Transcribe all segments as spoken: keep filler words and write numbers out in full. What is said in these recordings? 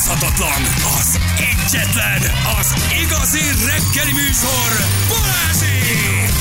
utánozhatatlan, az egyetlen, az igazi reggeli műsor, Balázsék!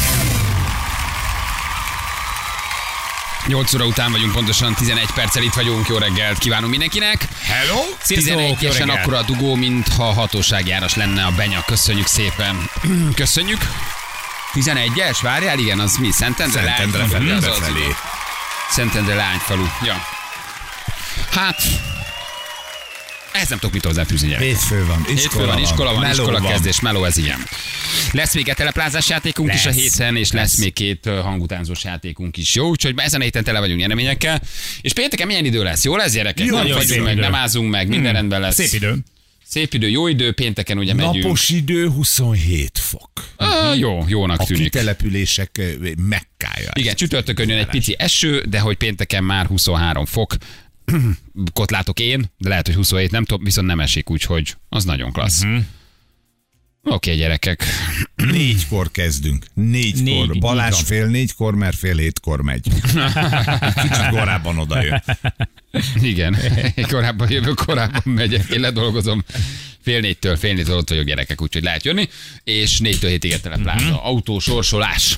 nyolc óra után vagyunk, pontosan tizenegy perccel itt vagyunk. Jó reggelt kívánunk mindenkinek. Hello! tizenegyesen akkora a dugó, mintha hatóságjáras lenne a benya. Köszönjük szépen. Köszönjük. tizenegyes, várjál, igen, az mi? Szentendre? Szentendre felé. Az, az, Szentendre Lányfalu. Ja. Hát... ehhez nem tudok mit hozzáfűzni, gyerek. Hétfő van, iskola, Hétfő van, iskola van, meló iskola van. kezdés, meló, ez ilyen. Lesz még egy teleplázás játékunk lesz. is a héten, és lesz, lesz még két hangutánzós játékunk is. Jó, úgyhogy ezen a héten tele vagyunk nyereményekkel. És pénteken milyen idő lesz? Jó lesz, gyerekek? Jó, nem jó, fagyunk meg, idő. nem ázunk meg, minden hmm. rendben lesz. Szép idő. Szép idő, jó idő, pénteken ugye megyünk. Napos idő, huszonhét fok. Ah, jó, jónak A tűnik. kitelepülések eh, mekkája. Igen, csütörtökön jön egy pici eső, de hogy pénteken már huszonhárom fok. Kot látok én, de lehet, hogy huszonhét, nem tudom, viszont nem esik, úgyhogy az nagyon klassz. Uh-huh. Oké, okay, gyerekek. Négykor kezdünk. Négykor. Négy, Balázs így fél négykor, mert fél hétkor megy. Kicsit korábban odajön. Igen, én korábban jövök, korábban megyek. Én ledolgozom fél négytől, fél négytől ott vagyok, gyerekek, úgyhogy lehet jönni. És négytől hétig telepláza. Uh-huh. Autó, sorsolás.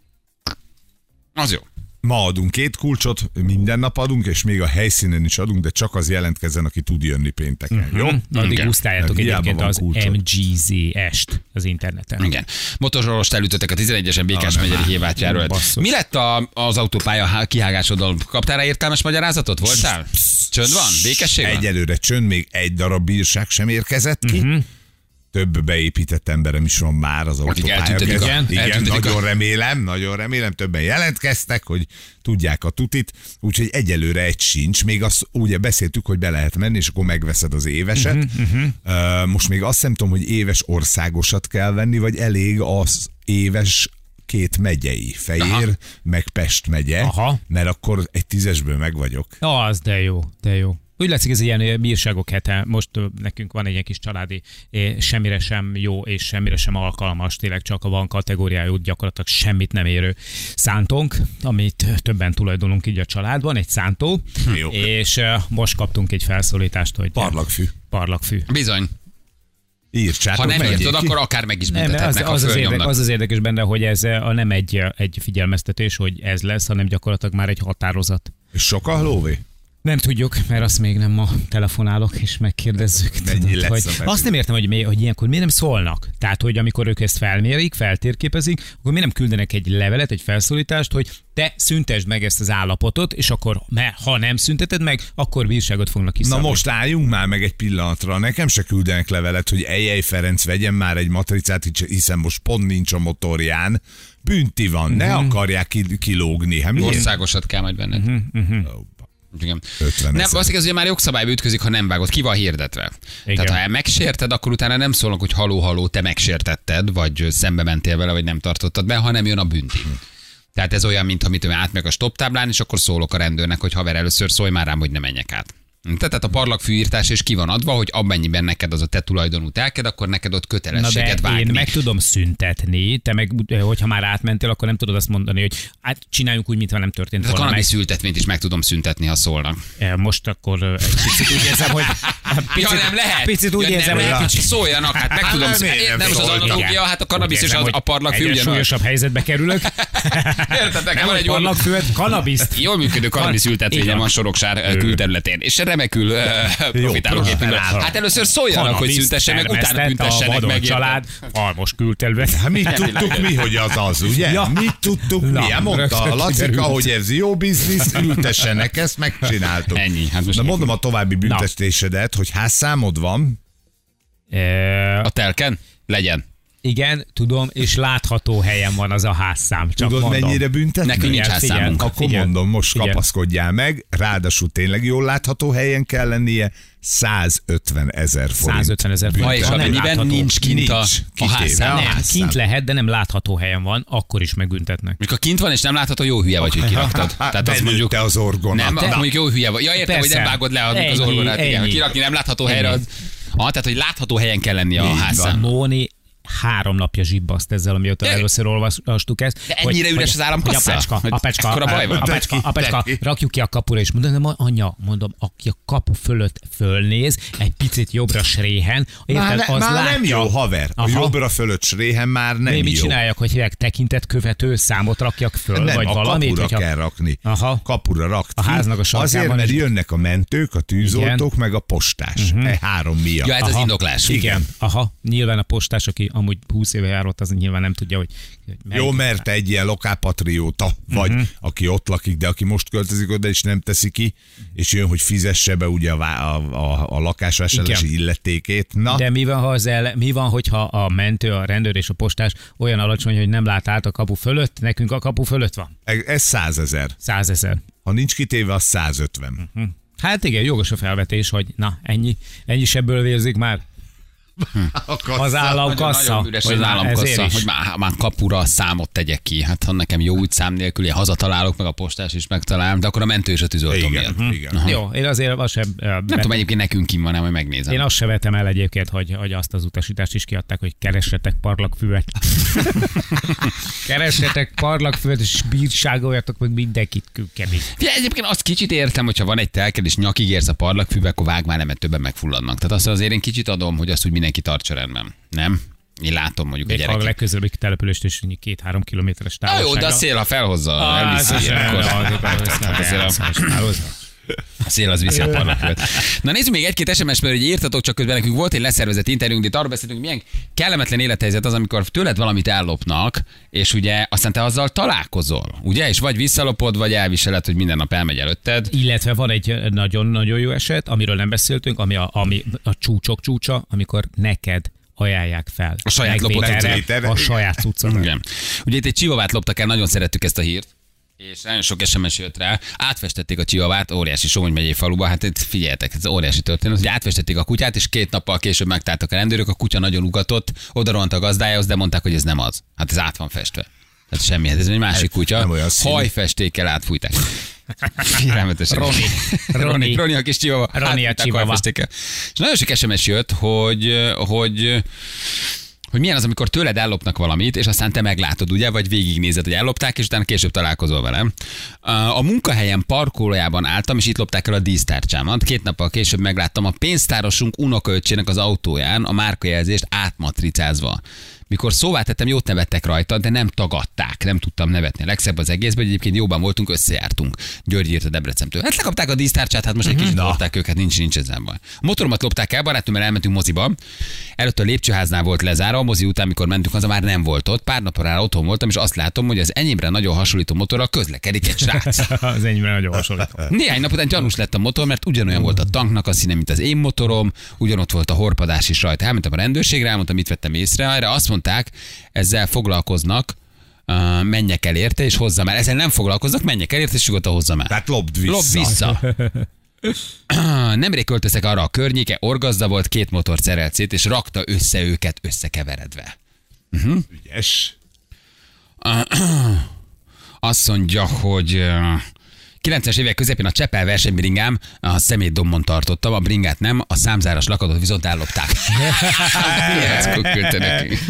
Az jó. Ma adunk két kulcsot, minden nap adunk, és még a helyszínen is adunk, de csak az jelentkezzen, aki tud jönni pénteken. Uh-huh. Jó? Addig Igen. gusztáljátok Hiába egyébként van az kulcsod. em gé zé est az interneten. Igen. Motorozsorost elütöttek a tizenegyesen Békás Ah, megyeri nem. Hévátjáról. Basszus. Mi lett a, az autópálya kihágásoddal? Kaptál rá értelmes magyarázatot? Voltál? Csönd van? Békesség van? Egyelőre csönd, még egy darab bírság sem érkezett ki. Uh-huh. Több beépített emberem is van már az autópálya. eltüntetik a- Igen, igen eltüntetik a- nagyon remélem, nagyon remélem, többen jelentkeztek, hogy tudják a tutit, úgyhogy egyelőre egy sincs. Még azt ugye beszéltük, hogy be lehet menni, és akkor megveszed az éveset. Uh-huh, uh-huh. Uh, most még azt nem tudom, hogy éves országosat kell venni, vagy elég az éves két megyei, Fejér, Aha. meg Pest megye, Aha. mert akkor egy tízesből meg vagyok. Az, de jó, de jó. Úgy látszik, ez ilyen bírságok hete. Most ö, nekünk van egy ilyen kis családi, eh, semmire sem jó és semmire sem alkalmas, tényleg csak a van kategóriájú, gyakorlatilag semmit nem érő szántónk, amit többen tulajdonunk így a családban, egy szántó, Jó. és eh, most kaptunk egy felszólítást, hogy Parlagfű. parlagfű. Bizony. Írtsátok, Ha nem menjék érted, ki. akkor akár meg is Nem, az, büntethetnek, ha az, az, érdek, fölnyomnak. az az érdekes benne, hogy ez a nem egy, egy figyelmeztetés, hogy ez lesz, hanem gyakorlatilag már egy határozat. És sok a lóvé? Nem tudjuk, mert azt még nem ma telefonálok, és megkérdezzük. Mennyi tudod, lesz hogy a betű? azt nem értem, hogy, mi, hogy ilyenkor miért nem szólnak. Tehát, hogy amikor ők ezt felmérik, feltérképezik, akkor miért nem küldenek egy levelet, egy felszólítást, hogy te szüntesd meg ezt az állapotot, és akkor, mert ha nem szünteted meg, akkor bírságot fognak Na kiszabni. most álljunk már meg egy pillanatra. Nekem se küldenek levelet, hogy Ejjej Ferenc vegyen már egy matricát, hiszen most pont nincs a motorján. Bünti van, ne akarják ki- kilógni. Hát milyen- Országosat kell majd benned. Ó, Igen. ötven Nem, ezer. az igaz, hogy már jogszabályba ütközik, ha nem vágod, ki van hirdetve. Igen. Tehát ha megsérted, akkor utána nem szólnak, hogy haló, haló, te megsértetted, vagy szembe mentél vele, vagy nem tartottad be, hanem jön a bünti. Tehát ez olyan, mint amit átmegyek a stop táblán, és akkor szólok a rendőrnek, hogy haver, először szólj már rám, hogy ne menjek át. Tehát a parlagfűírtás és ki van adva, hogy amennyiben neked az a te tulajdonú telked, akkor neked ott Na kötelességet de vágni. én meg tudom szüntetni, te meg, hogyha már átmentél, akkor nem tudod azt mondani, hogy hát csináljunk úgy, mintha nem történt De a volna meg. kanabisz ültetvényt is meg tudom szüntetni, ha szólnak. Most akkor ö, egy picit úgy érzem, hogy picit, ja, nem lehet. Picit úgy ja, érzem, nem hogy lehet, kicsit szóljanak, hát meg tudom. Hát, miért Nem, nem nem az szólnak? analógia, hát a kanabisz és az, a parlagfű egyre ugyanaz. súlyosabb helyzetbe kerülök. Érted, nekem Nem, van hogy egy jól, parlagfűet, kanabiszt. jól működő kanabisz ültetvényem Igen. van Soroksár külterületén, és remekül uh, profitálok Jó, éppen. profitál. Hát először szóljanak, hogy szüntesse meg, utána termesztett büntessenek a vadon meg. család, farmos külterület. Hát mit tudtuk mi, hogy az az, ugye? Ja. Mit tudtuk mi? Na, Hát mondta rögtön a Lacika, kiderült. hogy ez jó biznisz, ültessenek, ezt megcsináltuk. Ennyi, hát most Na mondom a további büntetésedet, hogy házszámod van, E, a telken legyen. igen, tudom, és látható helyen van az a házszám. Csak tudod mondom. mennyire büntetnek? Nekünk nincs Figyelj, figyelj. házszámunk. Akkor Figyelj. mondom, most Figyelj. kapaszkodjál meg, ráadásul tényleg jól látható helyen kell lennie, százötven ezer forint. százötven ezer Ha forint. és Ha nem amennyiben látható. nincs kint a, Nincs. a Kitéve. házszám. A Nem, házszám. kint lehet, de nem látható helyen van, akkor is megbüntetnek. Mikor kint van és nem látható, jó hülye vagy, hogy kiraktad. Tehát azt mondjuk, te az orgonat. nem, tehát Na, mondjuk jó hülye vagy. Ja, értem, hogy Persze. nem vágod le az Ennyi, orgonát. Igen, ennyi. hogy kirakni nem látható helyre az. Ah, tehát, hogy látható helyen kell lennie a Így házszám. Móni, három napja zsibbaszt ezzel, amióta De- először olvastuk ezt. De ennyire üres az államkassa? Hogy a pecska, Hogy a pecska, ekkora baj van? a pecska, a pecska, rakjuk ki a kapura, és mondom, de anya, mondom, aki a kapu fölött fölnéz, egy picit jobbra sréhen, Már, érted, ne, az már látja. nem jó, haver. A Aha. jobbra fölött sréhen már nem Mi mit jó. csináljak, hogy hívják, tekintet követő számot rakjak föl, Nem, vagy a valamit? kapura hogyha... kell rakni. Aha. Kapura rakt A ki. háznak a sarkában Azért, mert is. jönnek a mentők, a tűzoltók, meg a postás. Mhm. E három miatt. Ja, ez az Aha. indoklás. Igen. Aha, nyilván a postás, aki amúgy húsz éve járott, az nyilván nem tudja, hogy... hogy melyik- Jó, mert te egy ilyen lokálpatrióta vagy, Mhm. aki ott lakik, de aki most költözik oda, és nem teszi ki, és jön, hogy fizesse be ugye a, vá- a, a, a lakásvásárlási Igen. illetékét. Na, De mi van, ha az el, mi van, hogyha a mentő, a rendőr és a postás olyan alacsony, hogy nem lát át a kapu fölött, nekünk a kapu fölött van? ez százezer. Százezer. Ha nincs kitéve, az százötven. Hát igen, jogos a felvetés, hogy na, ennyi, ennyi sebből vérzik már az államkassa. Nagyon üres hogy az már államkassa, ezért is. hogy már, már kapura számot tegyek ki. Hát ha nekem jó úgy szám nélkül, én hazatalálok, meg a postás is megtalálom, de akkor a mentő és a tűzoltó Igen, miatt. igen. Aha. Jó, én azért azt sem... Nem tudom, egyébként nekünk kim van, nem, hogy megnézem. Én azt se vetem el egyébként, hogy, hogy azt az utasítást is kiadták, hogy keressetek parlagfüvet. keressetek parlagfüvet, és bírságoljatok meg mindenkit kőkemény. Ja, egyébként azt kicsit értem, hogyha van egy telked, és nyakig érsz a parlagfűbe, akkor vág már nem, mert többen megfulladnak. Tehát azt azért én kicsit adom, hogy azt úgy mindenki tartsa rendben. Nem? Én látom mondjuk a Még ha a gyerekek. legközelebbi települést is két-három kilométeres Na távolságra. jó, de a szél, ha felhozza, Ah, elviszi, ez sem- akkor... az- az- Hát azért a- az- az- az- A szél az viszi a parlagfűvet. Na nézzük még egy-két es em es, mert hogy írtatok, csak közben nekünk volt egy leszervezett interjúnk, de itt arról beszéltünk, milyen kellemetlen élethelyzet az, amikor tőled valamit ellopnak, és ugye aztán te azzal találkozol, ugye? És vagy visszalopod, vagy elviseled, hogy minden nap elmegy előtted. Illetve van egy nagyon-nagyon jó eset, amiről nem beszéltünk, ami a, ami a csúcsok csúcsa, amikor neked ajánlják fel. A saját lopott megvételre cuccot. a saját cuccot. Igen. Ugye itt egy csivavát loptak el, nagyon szerettük ezt a hírt. És nagyon sok es em es jött rá. Átfestették a csivavát, óriási Somogy megyei faluba. Hát itt figyeljetek, ez óriási történet, hogy átfestették a kutyát, és két nappal később megtáltak a rendőrök, a kutya nagyon ugatott, oda rohant a gazdájához, de mondták, hogy ez nem az. Hát ez át van festve. Tehát semmi, ez egy másik kutya. nem olyan színű. Hajfestékkel átfújták. Félelmetesen. Roni. Roni. Roni a kis csivava. Roni a Átfújták csivava. hajfestékkel. És nagyon sok es em es jött, hogy, hogy hogy milyen az, amikor tőled ellopnak valamit, és aztán te meglátod, ugye, vagy végignézed, hogy ellopták, és utána később találkozol velem. A munkahelyem parkolójában álltam, és itt lopták el a dísztárcsámat. Két nappal később megláttam a pénztárosunk unokaöccsének az autóján a márkajelzést átmatricázva. Mikor szóvá tettem, jót nevettek rajta, de nem tagadták, nem tudtam nevetni. A legszebb az egészben, hogy egyébként jóban voltunk, összejártunk. György írt a Debrecenből. Hát lekapták a dísztárcsát, hát most egy kicsit lopták őket, nincs, nincs ezzel baj. A motoromat lopták el, barátommal elmentünk moziba. Előtt a lépcsőháznál volt lezárva, a mozi után, amikor mentünk, az már nem volt ott. Pár napra rá otthon voltam, és azt látom, hogy az enyémre nagyon hasonlító motorral közlekedik egy srác. Az enyémre nagyon hasonlít. Néhány nap után gyanús lett a motor, mert ugyanolyan volt a tanknak a színe, mint az én motorom, ugyanott volt a horpadás is rajta. Elmentem a rendőrségre, elmondtam, mit vettem észre, erre azt mondták, ezzel foglalkoznak, uh, menjek el érte, és hozzam el. Ezzel nem foglalkoznak, menjek el érte, és nyugodtan hozzam el. Tehát lopd vissza. Lopd vissza. Nemrég költöztek arra a környéke, orgazda volt, két motor szerelt szét, és rakta össze őket összekeveredve. Ügyes. Azt mondja, hogy uh, kilencvenes évek közepén a Csepel versenybringám a szemétdombon tartottam, a bringát nem, a számzáras lakatot viszont ellopták. Ezt küldte neki.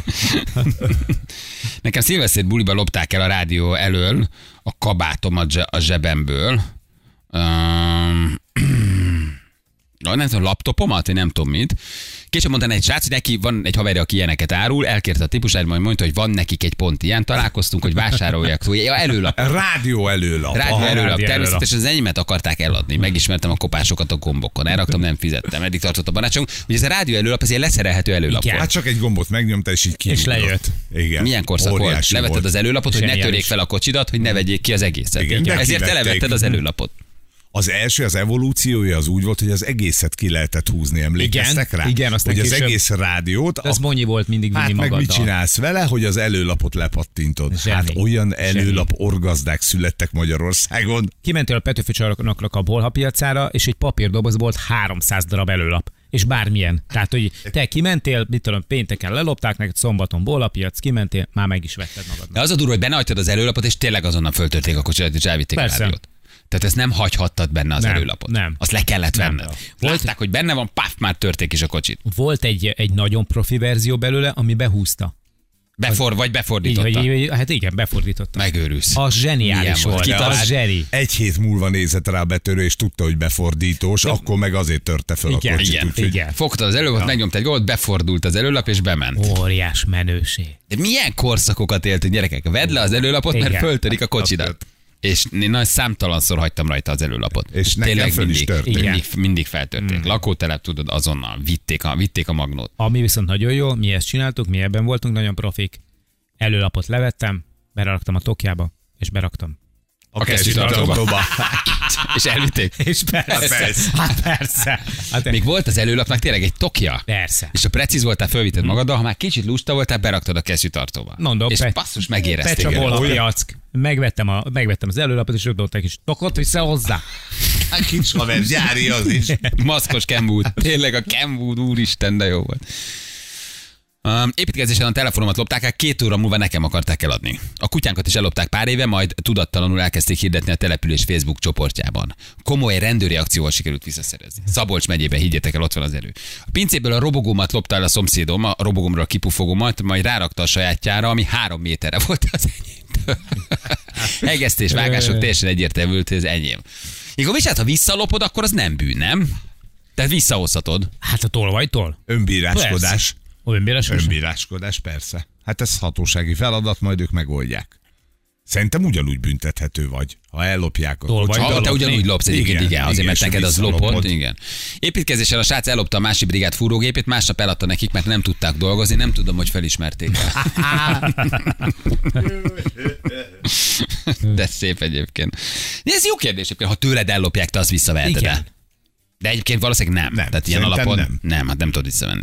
Nekem szilvesztert buliba lopták el a rádió elől a kabátomat zse- a zsebemből. Um, nem tudom, laptopomat, vagy nem tudom mit. Később mondta egy srác, hogy neki van egy haverja, aki ilyeneket árul, elkérte a típusát, majd mondta, hogy van nekik egy pont ilyen, találkoztunk, hogy vásárolják. Ja, előlap. Rádió előlap. Rádió Aha. előlap. rádió Természetesen az enyémet akarták eladni. Megismertem a kopásokat a gombokon. Elraktam, nem fizettem. Eddig tartott a barátom. Ugye ez a rádió előlap, ez egy leszerelhető előlap Igen. volt. Hát csak egy gombot megnyomta, és így kiugrott. lejött. Igen. Milyen korszak volt? Óriási Levetted volt. az előlapot, hogy ne Zseniális. törjék fel a kocsidat, hogy ne vegyék ki az egészet. Igen, de Ezért te kivették. levetted az előlapot. Az első, az evolúciója az úgy volt, hogy az egészet ki lehetett húzni, emlékeztek Igen, rá? igen, aztán hogy az később- egész rádiót, Ez Monyi volt mindig hát vinni meg mit magaddal. csinálsz vele, hogy az előlapot lepattintod? Zseni. Hát olyan Zseni. előlap orgazdák születtek Magyarországon. Kimentél a Petőfi csarnoknak a bolha piacára, és egy papírdoboz volt háromszáz darab előlap. És bármilyen. Tehát, hogy te kimentél, mit tudom, pénteken lelopták neked, szombaton bolhapiac, kimentél, már meg is vetted magadnak. De az a durva, hogy benne hagytad az előlapot, és tényleg azonnal föltörték a kocsidat, és elvitték a Persze. rádiót. Tehát ezt nem hagyhattad benne az Nem, előlapot. nem. Azt le kellett Nem. venned. Látták, hogy benne van, paf, már törték is a kocsit. Volt egy, egy nagyon profi verzió belőle, ami behúzta. Befor, vagy Így, befordította. vagy, így, hát igen, befordította. Megőrülsz. Az zseniális Milyen volt? volt. Kitalált- Az zseni. Egy hét múlva nézett rá a betörő, és tudta, hogy befordítós, akkor meg azért törte fel Igen, a kocsit. igen, úgyhogy- igen. Fogta az előlapot, megnyomta egy gólt, befordult az előlap, és bement. Óriás menőség. De milyen korszakokat éltünk, gyerekek? Vedd le az előlapot, mert Igen. föltörik a kocsidat. Azt És én nagy számtalanszor hagytam rajta az előlapot. És nekem föl is mindig, törték. mindig, mindig feltörték. Hmm. Lakótelep, tudod, azonnal vitték a, vitték a magnót. Ami viszont nagyon jó, mi ezt csináltuk, mi ebben voltunk nagyon profik. Előlapot levettem, beraktam a tokjába, és beraktam. A kesztyűtartóba. kesztyűtartóba. És elvitték. És persze. persze. Hát persze. Hát Még volt az előlapnak tényleg egy tokja. persze. És ha precíz voltál, fölvitted magaddal, ha már kicsit lusta voltál, beraktad a kesztyűtartóba. Mondom, és Pe- basszus, megérezték. Pecsa el. ból a Olyan- piack. Megvettem, a, megvettem az előlapot, és ott egy kis tokot vissza hozzá. Hát kicsi haver, gyári az is. Maszkos Kenwood. Tényleg a Kenwood, úristen, de jó volt. Um, építkezésen a telefonomat lopták el, két óra múlva nekem akarták eladni. A kutyánkat is ellopták pár éve, majd tudattalanul elkezdték hirdetni a település Facebook csoportjában. Komoly rendőri akcióval sikerült visszaszerezni. Szabolcs megyében, higgyétek el, ott van az erő. A pincéből a robogómat lopta el a szomszédom, a robogomra a kipufogómat, majd rárakta a sajátjára, ami három méterre volt az enyémtől. Hegesztés, vágások, teljesen egyértelmű, hogy ez enyém. Igaz, és hát ha visszalopod, akkor az nem bűn, nem? Tehát visszahozhatod. Hát a tolvajtól? Önbíráskodás. Önbíráskodás? Önbíráskodás, persze. Hát ez hatósági feladat, majd ők megoldják. Szerintem ugyanúgy büntethető vagy, ha ellopják a Tolvaj. kocsit. Ha, te lopni? ugyanúgy lopsz egyébként, igen, Igen, igen, azért, igen, mert és neked az visszalopod. lopott, igen. Építkezésen a srác ellopta a másik brigád fúrógépét, másnap eladta nekik, mert nem tudták dolgozni, nem tudom, hogy felismerték el. De szép egyébként. De ez jó kérdés egyébként, ha tőled ellopják, te azt visszaveheted Igen. el. De egyébként valószínűleg nem. Nem, Tehát ilyen szerintem alapon nem. nem, hát nem tudod visszavenni.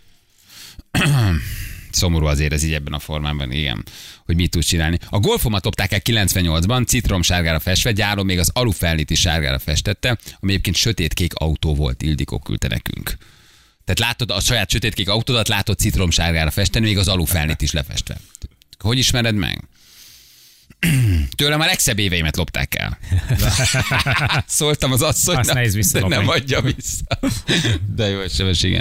Szomorú azért ez így ebben a formában, igen, hogy mit tudsz csinálni. A golfomat lopták el kilencvennyolcban, citromsárgára festve, gyáron még az alufelnit is sárgára festette, ami egyébként sötétkék autó volt, Ildikó küldte nekünk. Tehát látod a saját sötétkék autódat, látod citromsárgára festeni, még az alufelnit is lefestve. Hogy ismered meg? Tőlem a legszebb éveimet lopták el. Szóltam az asszonynak, Azt nehéz de visszalopni. nem adja vissza. De jó esemes, igen.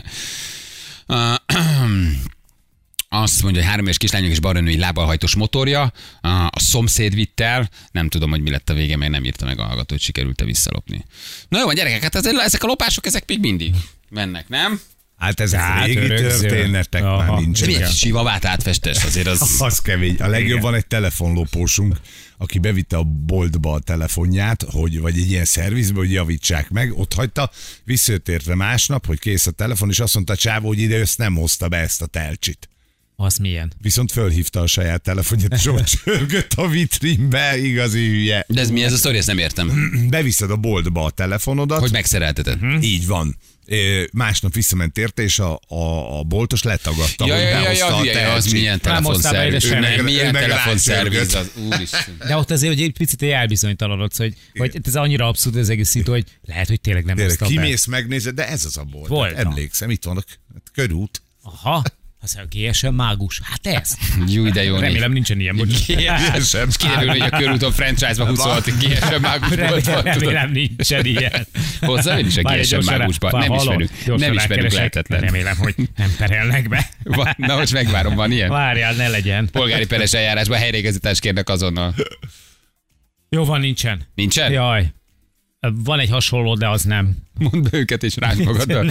Azt mondja, hogy három éves kislányok és barönői lábalhajtós motorja, a szomszéd vitt el, nem tudom, hogy mi lett a vége, mert nem írta meg a hallgató, hogy sikerült-e visszalopni. Na jó, van gyerekek, hát azért, ezek a lopások, ezek még mindig mennek, nem? Hát ezek Hát régi örökzöld. történetek Aha. már De nincsenek. milyen sivavát átfestesz, azért az... Az kemény. A legjobb Igen. van egy telefonlopósunk, aki bevitte a boltba a telefonját, hogy, vagy egy ilyen szervizbe, hogy javítsák meg, ott hagyta, visszajött érte másnap, hogy kész a telefon, és azt mondta a csávó, hogy ide ezt nem hozta be ezt a telcsit. Az milyen? Viszont fölhívta a saját telefonját, és ott csörgött a vitrínbe, igazi hülye. De ez mi ez a sztori, ezt nem értem. Beviszed a boltba a telefonodat, Hogy megszerelteted. így van. Ö, Másnap visszament érte, és a, a, a boltos letagadta, Ja, hogy ja, ja, behozta ja, a hülye, az telcsit. milyen Nem hoztál be ide telefonszerviz. semmit. Nem, milyen Ő meg telefonszerviz rácsörgött. az, úristen. De ott azért, hogy egy picit elbizonytalanodsz, hogy, hogy ez annyira abszurd az egész szitu, hogy lehet, hogy tényleg nem Tényleg, hoztam be. kimész, megnézed, de ez az a bolt. Volt. Hát emlékszem, itt van a k- körút. Aha, az a gé es em mágus. Hát ez. Jó, de jó. Remélem nincsen ilyen most. gé es em. És kiderül, hogy a körúton franchise-ban huszonhat gé es em mágus volt. Remélem, van, tudod. remélem nincsen ilyen. Hozzá én is a Várj, gé es em gyorsan rá- mágusban. vár, Nem hallod? ismerünk. Gyorsan Nem ismerünk rákeresek, lehetetlen. Remélem, hogy nem perelnek be. Van- Na most megvárom, van ilyen? Várjál, ne legyen. Polgári peres eljárásban helyreigazítást kérnek azonnal. Jó van, nincsen. Nincsen? Jaj. Van egy hasonló, de az nem. Mondd be őket és ránk magaddal.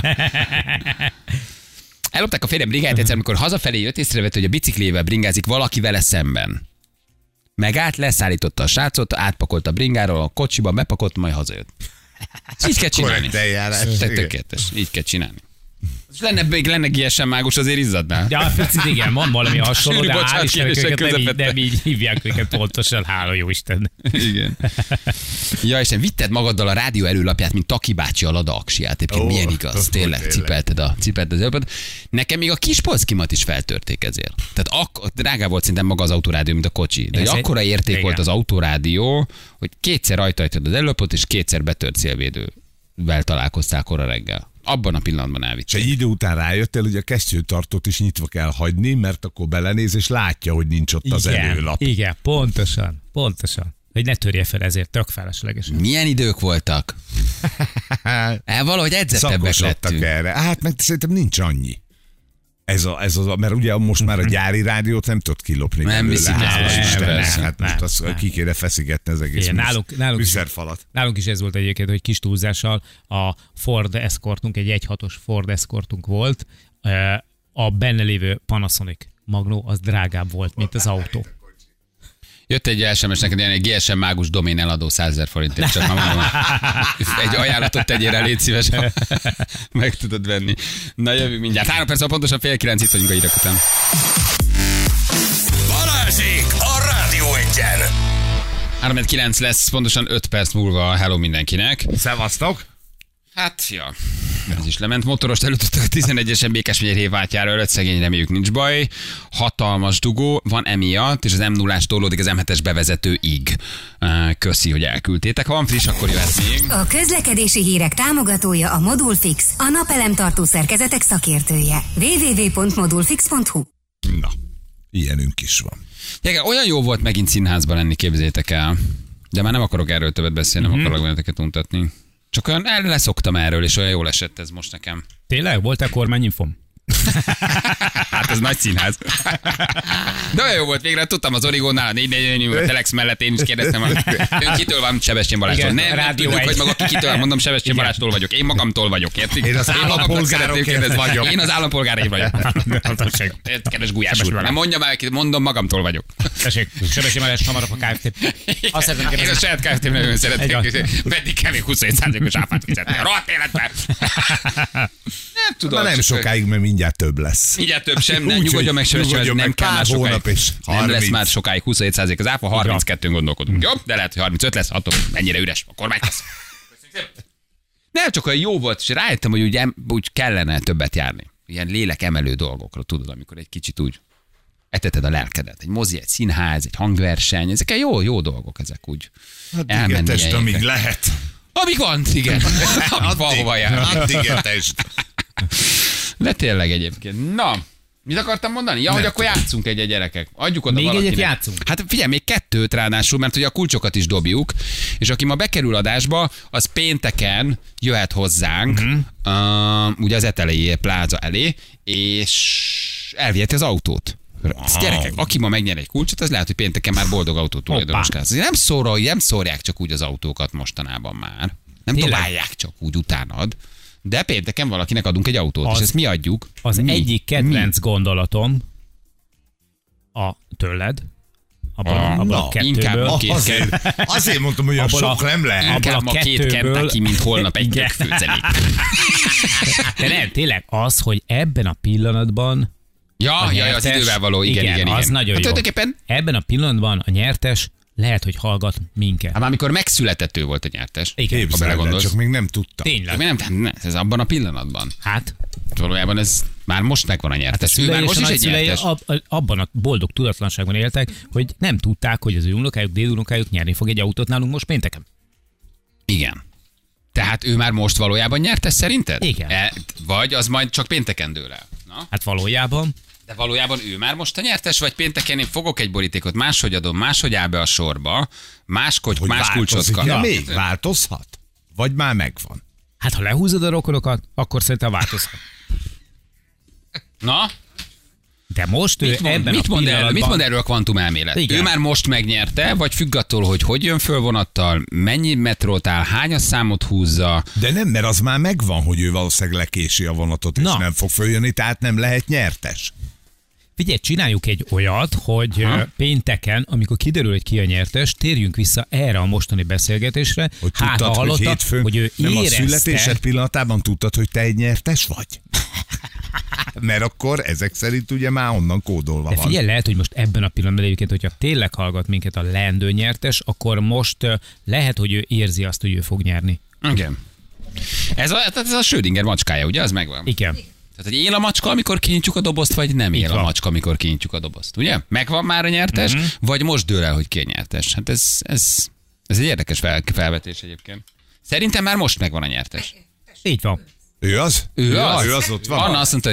Ellopták a férjem brigáját egyszer, amikor hazafelé jött, észrevett, hogy a biciklével bringázik valaki vele szemben. Megállt, leszállította a srácot, átpakolt a bringáról, a kocsiba, bepakolt, majd hazajött. Ezt így kell csinálni. Korrekt eljárás. Te- Igen. Tökéletes. Így kell csinálni. És lenne, még lenne gé es em mágus, azért izzadnál. Ja, picit igen, van valami hasonló, Sűrű de hál' bocsánat, Istennek kérdések őket nem így, közepette. nem így hívják őket pontosan, hála jó Isten. Igen. Ja, és nem vitted magaddal a rádió előlapját, mint Taki bácsi a Lada aksiját. Egyébként Ó, milyen igaz, az tényleg, tényleg. cipelted, a, cipelted az előlapot. Nekem még a kispolszkimat is feltörték ezért. Tehát ak- drágább volt szerintem maga az autorádió, mint a kocsi. De Ez egy egy- akkora érték igen. volt az autorádió, hogy kétszer rajtajtad az előlapot, és kétszer betört szélvédővel találkoztál kora reggel. Abban a pillanatban És elvitték. egy idő után rájöttél, hogy a kesztyűtartót is nyitva kell hagyni, mert akkor belenéz, és látja, hogy nincs ott az Igen, előlap. igen, pontosan, pontosan. Hogy ne törje fel ezért, tök feleslegesen. Milyen idők voltak? El valahogy edzettebbek Szakosodtak lettünk. erre. Hát meg szerintem nincs annyi. Ez a, ez az, mert ugye most már a gyári rádiót nem tudod kilopni. Nem belőle. viszik Hát, el, most nem, nem, nem, hát nem, most azt nem. ki kéne feszigetni az egész Igen, műsz- nálunk- nálunk is- műszerfalat. Nálunk is ez volt egyébként, hogy kis túlzással a Ford Escortunk, egy egy hatos Ford Escortunk volt, a benne lévő Panasonic Magnó az drágább volt, mint az autó. Jött egy es em es neked, ilyen egy gé es em mágus domén eladó százezer forintért, csak már mondom, egy ajánlatot tegyél rá, légy szíves, meg tudod venni. Na jövünk mindjárt. Három perc, pontosan fél kilenc, itt vagyunk a hírek után. Balázsék a Rádió Egyen! három kilenc lesz, pontosan öt perc múlva. Hello mindenkinek. Szevasztok! Hát, ja, ez is lement. Motorost elütöttek a tizenegyesen Békesmegyer hévváltjára előtt, szegény, reméljük nincs baj. Hatalmas dugó van emiatt, és az em nullás tolódik az em hetes bevezetőig. Köszi, hogy elküldtétek. Ha van friss, akkor jöhet még. A közlekedési hírek támogatója a Modulfix, a napelemtartó szerkezetek szakértője. double-u double-u double-u pont modulfix pont hu. Na, ilyenünk is van. Jege, olyan jó volt megint színházban lenni, képzétek el. De már nem akarok erről többet beszélni, nem Mhm. akarok benneteket untatni. Csak olyan el leszoktam erről, és olyan jól esett ez most nekem. Tényleg? Volt-e kormányinfom? Hát ez nagy színház. De olyan jó volt végre, tudtam az Origónál, a négy négy a Telex mellett én is kérdeztem, hogy ön kitől van, Sebestyén Balázstól. Igen, Nem, nem Rádió tudjuk, egy. hogy maga ki kitől, mondom, Sebestyén Balázstól vagyok. Én magamtól vagyok, értik? Én az magamtól állampolgárokért szeretném kérdezni. vagyok. Én az állampolgárai vagyok. Érted, kedves Gulyás úr. Nem mondja már, hogy mondom, magamtól vagyok. Tessék, Sebestyén Balázs hamarabb a ká ef té. Azt szeretném Én a kérdezni. saját ká ef té nevűn szeretnék, Egy pedig kell még huszonöt százalékos áfát fizetni. Rohadt életben! Nem tudom. Na nem csak- sokáig, mert mindjárt több lesz. Mindjárt több sem, nem Úgy, nyugodjon meg, hogy Sebestyén, nyugodjon nem meg, kell pár már sokáig. hónap és Nem lesz harminc. már sokáig huszonhét százalék az áfa, harminckettőn gondolkodunk. Jó? De lehet, hogy harmincöt lesz, attól mennyire üres, a kormány lesz. Nem, csak olyan jó volt, és rájöttem, hogy úgy, em- úgy kellene többet járni. Ilyen lélekemelő dolgokra, tudod, amikor egy kicsit úgy eteted a lelkedet. Egy mozi, egy színház, egy hangverseny, ezek a jó, jó dolgok, ezek úgy. Hát elmenni igetest, ilyenekre. amíg lehet. Amíg van, igen. Amíg van hova jár. Hát igetest. De tényleg egyébként. Na, mit akartam mondani? Ja, hogy akkor játszunk egy-egy gyerekek. Adjuk oda Még egyet valakinek. játszunk? Hát figyelj, még kettőt ráadásul, mert ugye a kulcsokat is dobjuk, és aki ma bekerül adásba, az pénteken jöhet hozzánk, uh-huh. uh, ugye az Etelei pláza elé, és elviheti az autót. Wow. Gyerekek, aki ma megnyer egy kulcsot, az lehet, hogy pénteken már boldog autó tulajdonos lesz. Azért Nem, szóra, nem szórják csak úgy az autókat mostanában már. Nem Tényleg? dobálják csak úgy utánad. De pénteken valakinek adunk egy autót, Az- és ezt mi adjuk. Az mi? egyik kedvenc gondolatom a tőled, abban, Ah, a, abban na, a kettőből. inkább a két- Azért, azért mondtam, hogy olyan Abból a- sok nem lehet. abból Inkább a ma két kettőből- Kentucky, mint holnap egy Igen. főzelék. De nem, tényleg az, hogy ebben a pillanatban Ja, a ja, ja, az nyertes- idővel való, igen, igen, igen. az nagyon hát jó. tulajdonképpen, Ebben a pillanatban a nyertes lehet, hogy hallgat minket. hát már amikor megszületett ő volt a nyertes. Igen. Ha Képzeld el, belegondolsz. csak még nem tudtam. Tényleg. Nem, nem, nem, ez abban a pillanatban. Hát, Valójában ez már most megvan a hát a nyertes. ő már szülei és most a is egy nagyszülei nyertes. ab, abban a boldog tudatlanságban éltek, hogy nem tudták, hogy az ő unokájuk, dédunokájuk nyerni fog egy autót nálunk most pénteken. Igen. Tehát ő már most valójában nyertes szerinted? Igen. E, vagy az majd csak pénteken dől el. Na? Hát valójában De valójában ő már most a nyertes, vagy pénteken én fogok egy borítékot, máshogy adom, máshogy áll be a sorba, máshogy, Hogy más kulcsot változik, kap. ja, még változhat? Vagy már megvan? hát ha lehúzod a rokonokat, akkor szerintem változhat. Na, De most ő mit mond, ebben mit a mond, erről, pillanatban... mit mond erről a kvantum elmélet? Igen. Ő már most megnyerte, vagy függ attól, hogy hogy jön föl vonattal, mennyi metrót áll, hány a számot húzza. De nem, mert az már megvan, hogy ő valószínűleg lekési a vonatot, és Na. nem fog följönni, tehát nem lehet nyertes. Figyelj, csináljuk egy olyat, hogy Ha? ö, pénteken, amikor kiderül, hogy ki a nyertes, térjünk vissza erre a mostani beszélgetésre. Hogy hát, tudtad, ha hogy hallotta, hétfőn hogy ő nem a érezte, születésed pillanatában tudtad, hogy te egy nyertes vagy? Mert akkor ezek szerint ugye már onnan kódolva de van. figyelj, lehet, hogy most ebben a pillanatban egyébként, hogyha tényleg hallgat minket a leendő nyertes, akkor most ö, lehet, hogy ő érzi azt, hogy ő fog nyerni. Igen. Ez a, ez a Schrödinger macskája, ugye? Az megvan. Igen. Tehát, hogy él a macska, amikor kinyitjuk a dobozt, vagy nem él a van. macska, amikor kinyitjuk a dobozt. Ugye? Megvan már a nyertes, Mhm. vagy most dől el, hogy ki a nyertes. Hát ez, ez, ez egy érdekes fel, felvetés egyébként. Szerintem már most megvan a nyertes. Így van. Ő az? Ő az? Ő az ott van. Anna azt mondta, hogy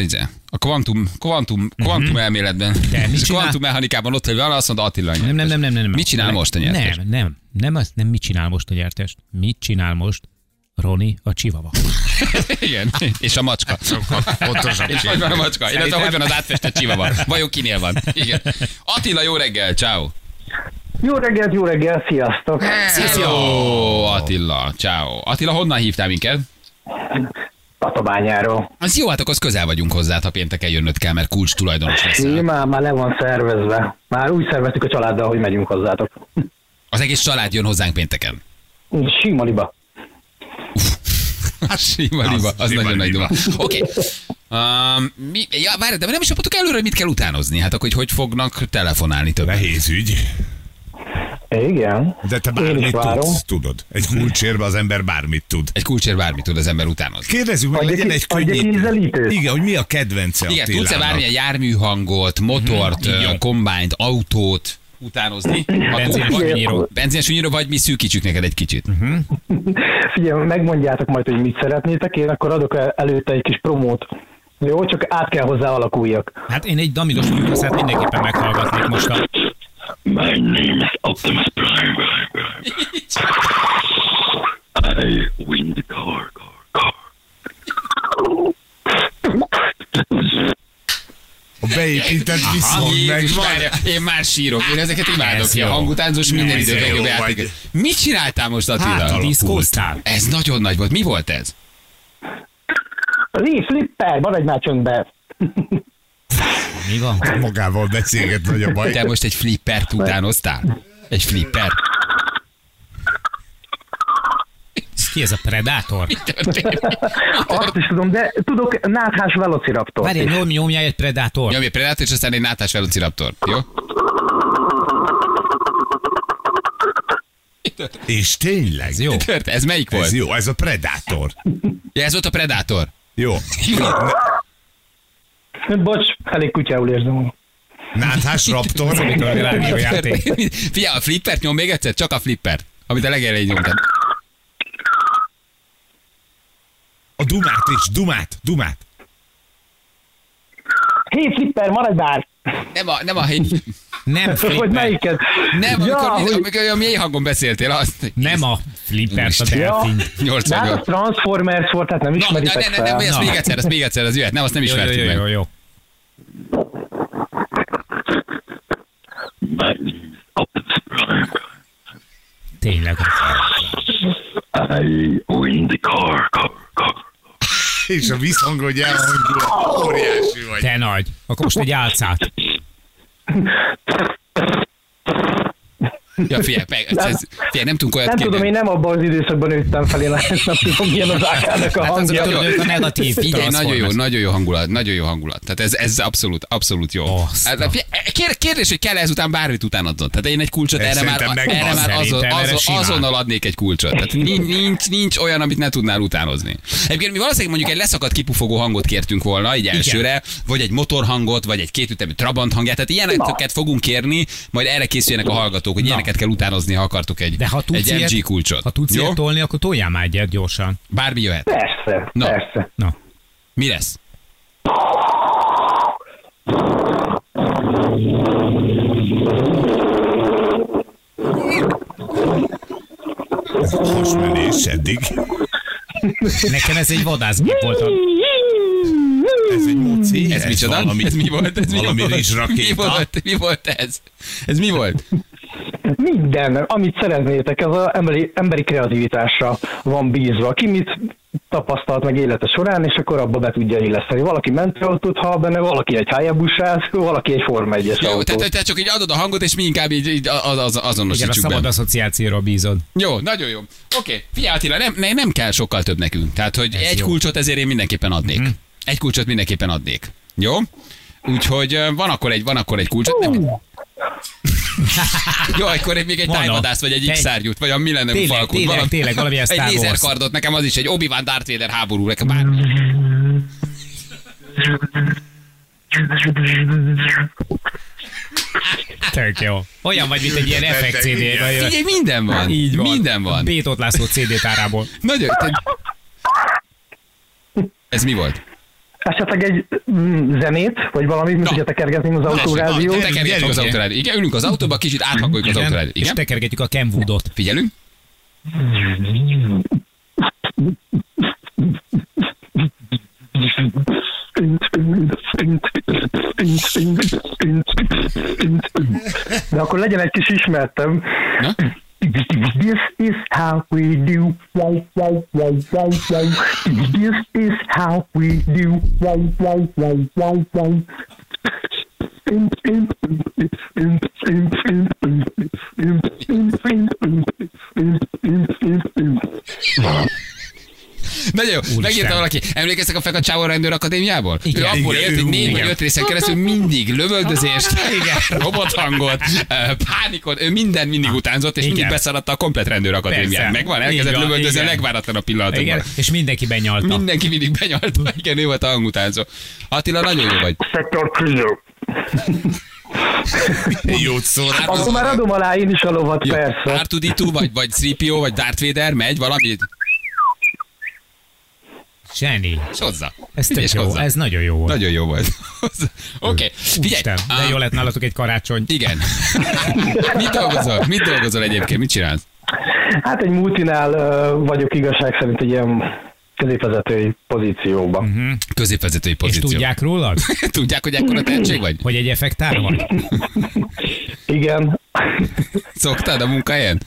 A kvantum, kvantum, kvantum elméletben. De mit És a csinál? kvantum mechanikában ott, hogy van, azt mondta Attila. Nem, nem, nem, nem, nem. Mit csinál most a nyertes? Nem, nem, nem, az, nem mit csinál most a nyertes. Mit csinál most Roni a csivava? Igen, és a macska. Pontosabb. És hogy van a macska? Illetve hogy van az átfestett csivava? Vajon kinél van? Igen. Attila, jó reggel, ciao. Jó reggelt, jó reggelt, sziasztok! Jó, Attila, ciao. Attila, honnan hívtál minket? Tatabányáról. Az jó, hát akkor az közel vagyunk hozzá, ha pénteken jönnöd kell, mert kulcs tulajdonos Én leszel. már, már le van szervezve. Már úgy szerveztük a családdal, hogy megyünk hozzátok. Az egész család jön hozzánk pénteken. Sima liba. Hát sima liba, az sima nagyon nagy liba. duma. Oké. Um, mi, ja, várj, de nem is mondtuk előre, hogy mit kell utánozni. Hát akkor, hogy hogy fognak telefonálni többet. Nehéz ügy. Igen. De te Én is bármit várom. tudsz, tudod. Egy kulcsérbe az ember bármit tud. Egy kulcsért bármit tud az ember utánozni. Kérdezzük meg, Adjak legyen egy- egy adjak könnyítő. ízelítőt? Igen, hogy mi a kedvence Igen, Attilának. tudsz-e bármilyen járműhangot, motort, uh, kombányt, autót utánozni? Benzines Vagy- fűnyíró. Benzines fűnyíró, vagy mi szűkítsük neked egy kicsit. Figyelj, megmondjátok majd, hogy mit szeretnétek, én akkor adok el- előtte egy kis promót. Jó, csak át kell hozzá alakuljak. Hát én egy damidos fűkaszát mindenképpen meghallgatnék most a... My name is Optimus Prime. I win the car, car, car. A beépített viszont Jézus megvan. Mária, én már sírok, én ezeket imádok, Ez ilyen jó. hangutánzós minden Ez időben jó jobb vagy. játék. Mit csináltál most, Attila? Hát, Diszkóztál. Ez nagyon nagy volt. Mi volt ez? Lee Flipper, maradj már csöndbe! Mi van? Magával beszélget, nagy a baj. Te most egy flippert utánoztál? Egy flipper? Ki ez a Predator? Azt is tudom, de tudok náthás velociraptor. Várj, nyom, nyomjál egy Predator. Nyomj egy Predator, és aztán egy nátás velociraptor. Jó? És tényleg. Ez jó. Tört, ez melyik volt? Ez jó, ez a Predator. Ja, ez volt a Predator. Jó. Bocs, elég kutyául érzem magam. Náthás raptor. Rádiójáték. Figyelj, a flippert nyom még egyszer, csak a flippert, amit a legelején nyomtad. A dumát is, dumát, dumát. Hé, Flipper, maradj már! Nem a, nem a hely, Nem Hogy flipper. melyiket? nem, Ja, amikor, hogy- amikor olyan mély hangon beszéltél, azt. Nem a flippert, a Úristen. Ja, delfin. de hát nyolcvannyolc. a Transformers volt, tehát nem Na, ne, ismeritek ne, ne, nem, fel. ezt Na. még egyszer, ezt még egyszer, az jöhet. Nem, azt nem Jó, jó, ismertük jó, meg. jó, jó. My name is Optimus Prime. Tényleg. I win the car, car, car. És a visszhang, hogy elhangul, óriási vagy. Te nagy. Akkor most egy álcát. Ja, figyelj, meg, ez, ez, figyelj, nem tudunk olyat Nem tudom, kérni. én nem abban az időszakban nőttem fel, én nem tudom, milyen az ákának a Hát az hangja. tudod, ők a negatív Figyelj, nagyon jó, Transformers. nagyon jó hangulat, nagyon jó hangulat. Tehát ez, ez abszolút, abszolút jó. Azt Hát, a- figyelj, kér- Kérdés, hogy kell ezután bármit utánoznod. Tehát én egy kulcsot Ez erre már, szerintem megvan. erre már azon, Szerintem erre azon, simán. azonnal adnék egy kulcsot. Tehát nincs, nincs, nincs olyan, amit ne tudnál utánozni. Egyébként mi valószínűleg mondjuk egy leszakadt kipufogó hangot kértünk volna, így elsőre, vagy egy motorhangot, vagy egy kétütemű Trabant hangját. Tehát ilyeneket fogunk kérni, majd erre készüljenek a hallgatók, hogy ilyeneket kell utánozni, ha akartuk egy, De ha tudsz egy em gé ilyet, kulcsot. ha tudsz Jó? ilyet tolni, akkor toljál már egyet gyorsan. Bármi jöhet. Persze, Na. persze. Na. Mi lesz? Ez a hasmenés eddig. Nekem ez egy vadászgép volt. A... Ez egy moci. Ez micsoda? Valami, Ez mi volt? Ez mi valami volt? rizsrakéta. Mi volt? Mi volt ez? Ez mi volt? Minden, amit szeretnétek, ez az emberi, emberi kreativitásra van bízva. Ki mit tapasztalt meg élete során, és akkor abba be tudja illeszteni. Valaki mentőautót hall benne, valaki egy Hayabusát, valaki egy Forma egyes Jó, autót. tehát te csak így adod a hangot, és mi inkább így, így az, az, Igen, a azonosítsuk szabad be. asszociációról bízod. Jó, nagyon jó. Oké, figyelj Attila, nem, nem, nem kell sokkal több nekünk. Tehát, hogy Ez egy jó. kulcsot ezért én mindenképpen adnék. Mhm. Egy kulcsot mindenképpen adnék. Jó? Úgyhogy ö, van akkor egy, van akkor egy kulcsot. Nem... Jó, akkor még egy Van a- tájvadász, vagy egy Te- X-szárnyút, vagy a Millennium Tényleg, Falcon. tényleg, valami- tényleg, valamilyen Egy Star Wars. lézerkardot, nekem az is egy Obi-Wan Darth Vader háború, nekem bármi. Tök jó. Olyan vagy, mint egy ilyen effekt cé dé. Figyelj, minden van. Így van. Minden van. Bétót László cé dé tárából. Nagyon. Te... Ez mi volt? esetleg egy mm, zenét, vagy valamit, mint hogyha tekergetném az autórádiót. Tekergetjük az autórádiót. Igen, ülünk az autóba, kicsit áthangoljuk az autórádiót. És Igen? tekergetjük a Kenwoodot. Figyelünk. De akkor legyen egy kis ismertem. Na? This is how we do. Wow, wow, wow, wow, wow. This is how we do. Wow, wow, wow, wow, wow. Nagyon jó. Megírta valaki, emlékeztek a Feka Csávó Rendőr Akadémiából? Igen, ő abból igen, élt, hogy négy igen. vagy öt részen keresztül mindig lövöldözést, robothangot, eh, pánikot, ő minden mindig utánzott, és Igen. mindig beszaladta a komplet Rendőr Akadémián. Persze. Megvan, Így elkezdett van, lövöldözni a igen. legváratlanabb pillanatokban. Igen, és mindenki benyalta. Mindenki mindig benyalta, igen, ő volt a hangutánzó. Attila, nagyon jó vagy. Szektor Clio. Jót szól. Akkor már adom alá én is a lovat, Jó. persze. er kettő dé kettő, vagy, vagy három pé o, vagy Darth Vader, megy valami? Zseni. És hozzá. Ez tök Figyelj, jó, hozzá. ez nagyon jó volt. Nagyon jó volt. Oké, okay. Figyelj. Isten, de ám, jó lett nálatok egy karácsony. Igen. Mit dolgozol? Mit dolgozol egyébként? Mit csinálsz? Hát egy multinál uh, vagyok igazság szerint egy ilyen középvezetői pozícióban. Uh-huh. Középvezetői És pozíció. tudják rólad, Tudják, hogy ekkora tehetség vagy? hogy egy effektár vagy? Igen, Szoktad a munkahelyen?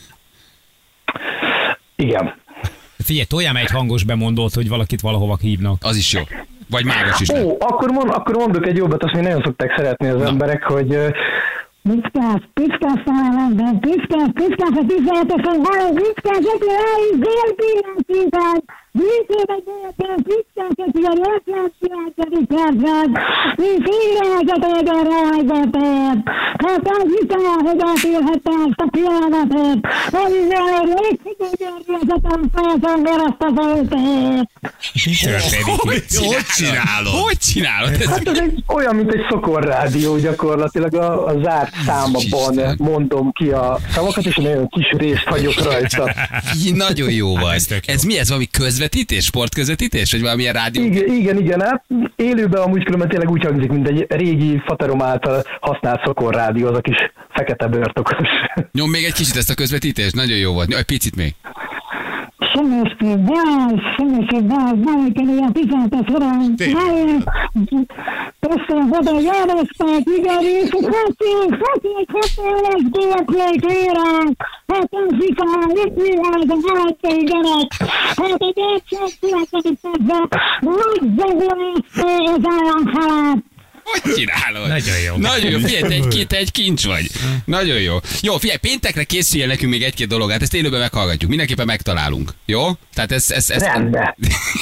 igen. Figyelj, toljál egy hangos bemondót, hogy valakit valahova hívnak. Az is jó. Vagy mágos is. Ó, akkor, mond, akkor mondok egy jobbat, azt még nagyon szokták szeretni az Na. emberek, hogy uh, Piszkás, piszkás szállásban, piszkás, piszkás a tiszteletesen való, piszkás, aki eljön délpillantítás, vízébe délpillantás, piszkás, aki a nyolcvankilencedik percben, és írjákat oldal rájbatát, hát az hiszem, hogy átélhette ezt a pillanatot, amivel egy létszikőgyörgyezetem felszemben azt az oltát. Mi történik? Hogy, hogy csinálod? Hogy csinálod? Ez Hát ez egy, olyan, mint egy szokorrádió gyakorlatilag a, a zárt számban Isten. mondom ki a szavakat, és nagyon kis részt hagyok rajta. így nagyon jó ez vagy. tök jó. Ez mi ez? Valami közvetítés? Sportközvetítés? Vagy valamilyen rádió? Igen, igen, igen, hát élőben amúgy különben tényleg úgy hangzik, mint egy régi faterom által használt szokorrádió, az a kis fekete bőrtokos. Nyom még egy kicsit ezt a közvetítést? Nagyon jó volt. Egy picit még. Szemeszki Balázs, Szemeszki Balázs, belekelő a tizenhetes órán, rájön, össze oda jározták, igen, és haték, haték, haték, délplét érák, hát az ikán, itt világ, a háttai gyerek, hát egy egyszer született ebben, nagy zagolászt az államhalát. Hogy csinálod? Nagyon jó. Nagyon jó. Figyelj, te egy, te egy kincs vagy. Nagyon jó. Jó, figyelj, péntekre készüljél nekünk még egy-két dolog. Hát ezt élőben meghallgatjuk. Mindenképpen megtalálunk. Jó? Tehát ez... ez, ez Rendben.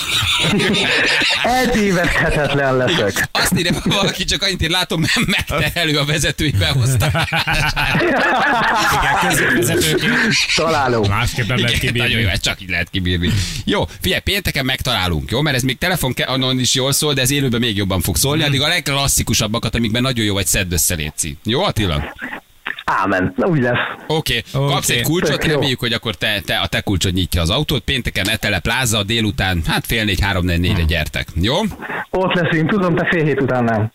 Eltévedhetetlen leszek. Azt írja valaki, csak annyit én látom, nem megterelő a vezetői behozta. Igen, középvezetőként. Találom. Másképp nem lehet Igen, nagyon jó, kibírni. ez csak így lehet kibírni. Jó, figyelj, pénteken megtalálunk, jó? Mert ez még telefonon is jól szól, de ez élőben még jobban fog szólni. Addig a legklasszikusabbakat, amikben nagyon jó vagy, szedd össze, létszi. Jó, Attila? Ámen. Na, úgy lesz. Oké, okay. Oké. Kapsz egy kulcsot, Tök jó. reméljük, hogy akkor te, te, a te kulcsod nyitja az autót. Pénteken Etele Pláza, délután, hát fél négy, három, négy, négyre gyertek. Jó? Ott leszünk, tudom, te fél hét után nem.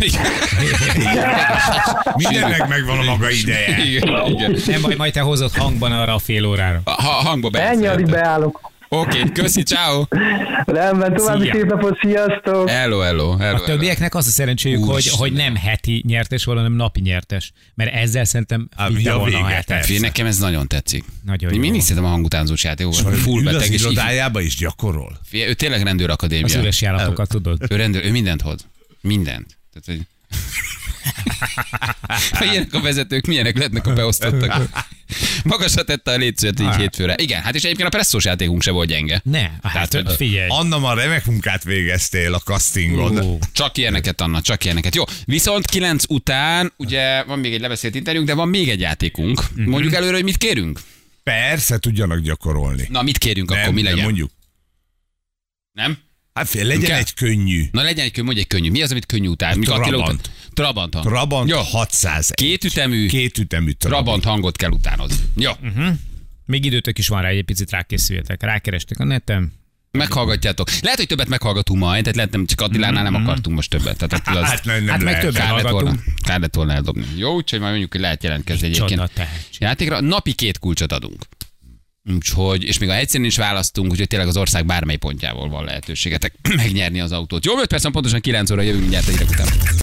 Mindennek megvan a maga ideje. Igen, igen. Nem baj, majd te hozott hangban arra a fél órára. Ha, hangba Ennyi, addig be. beállok. Oké, okay, köszi, ciao. Rendben, további Szia. szép napot, sziasztok! Hello, hello, hello. A többieknek az a szerencséjük, hogy, Úristen. hogy nem heti nyertes van, hanem napi nyertes. Mert ezzel szerintem Á, vitte mi a volna a vége, hetet. Fé, nekem ez nagyon tetszik. Nagyon Én jó. mindig szeretem a hangutánzós játékokat. Full Ül beteg, az és így, irodájába is gyakorol. Fé, ő tényleg rendőr Az akadémia. üres járatokat tudod. Ő rendőr, ő mindent hoz. Mindent. Tehát, hogy... Ha ilyenek a vezetők, milyenek lehetnek a beosztottak. Magasra tette a létszőt így hétfőre. Igen, hát és egyébként a presszós játékunk se volt gyenge. Ne, Tehát, hát figyelj. Anna, ma remek munkát végeztél a castingon. Ó. Csak ilyeneket, Anna, csak ilyeneket. Jó, viszont kilenc után, ugye van még egy lebeszélt interjúnk, de van még egy játékunk. Mondjuk előre, hogy mit kérünk? Persze, tudjanak gyakorolni. Na, mit kérünk Nem, akkor, mi nem legyen? mondjuk. Nem? Hát fél, legyen Kell. egy könnyű. Na legyen egy könnyű, mondj egy könnyű. Mi az, amit könnyű után? Mikor Attila Trabant. után- Trabant hang. Trabant Jó. hatszáz. Két ütemű, Két ütemű Trabant. Trabant hangot kell utánozni. Jó. Még időtök is van rá, egy picit rákészüljetek. Rákerestek a neten. Meghallgatjátok. Lehet, hogy többet meghallgatunk majd, tehát lehet, nem csak Attilánál nem akartunk most többet. Tehát az, Hát nem, nem Hát meg lehet. többet kár lett volna, hallgatunk. kár lett volna eldobni. Jó, úgyhogy majd mondjuk, hogy lehet jelentkezni Csoda egyébként. tehetség. Játékra napi két kulcsot adunk. Úgyhogy, és még a helyszínen is választunk, úgyhogy tényleg az ország bármely pontjából van lehetőségetek megnyerni az autót. Jó, öt percen pontosan kilenc óra jövünk mindjárt a hírek után.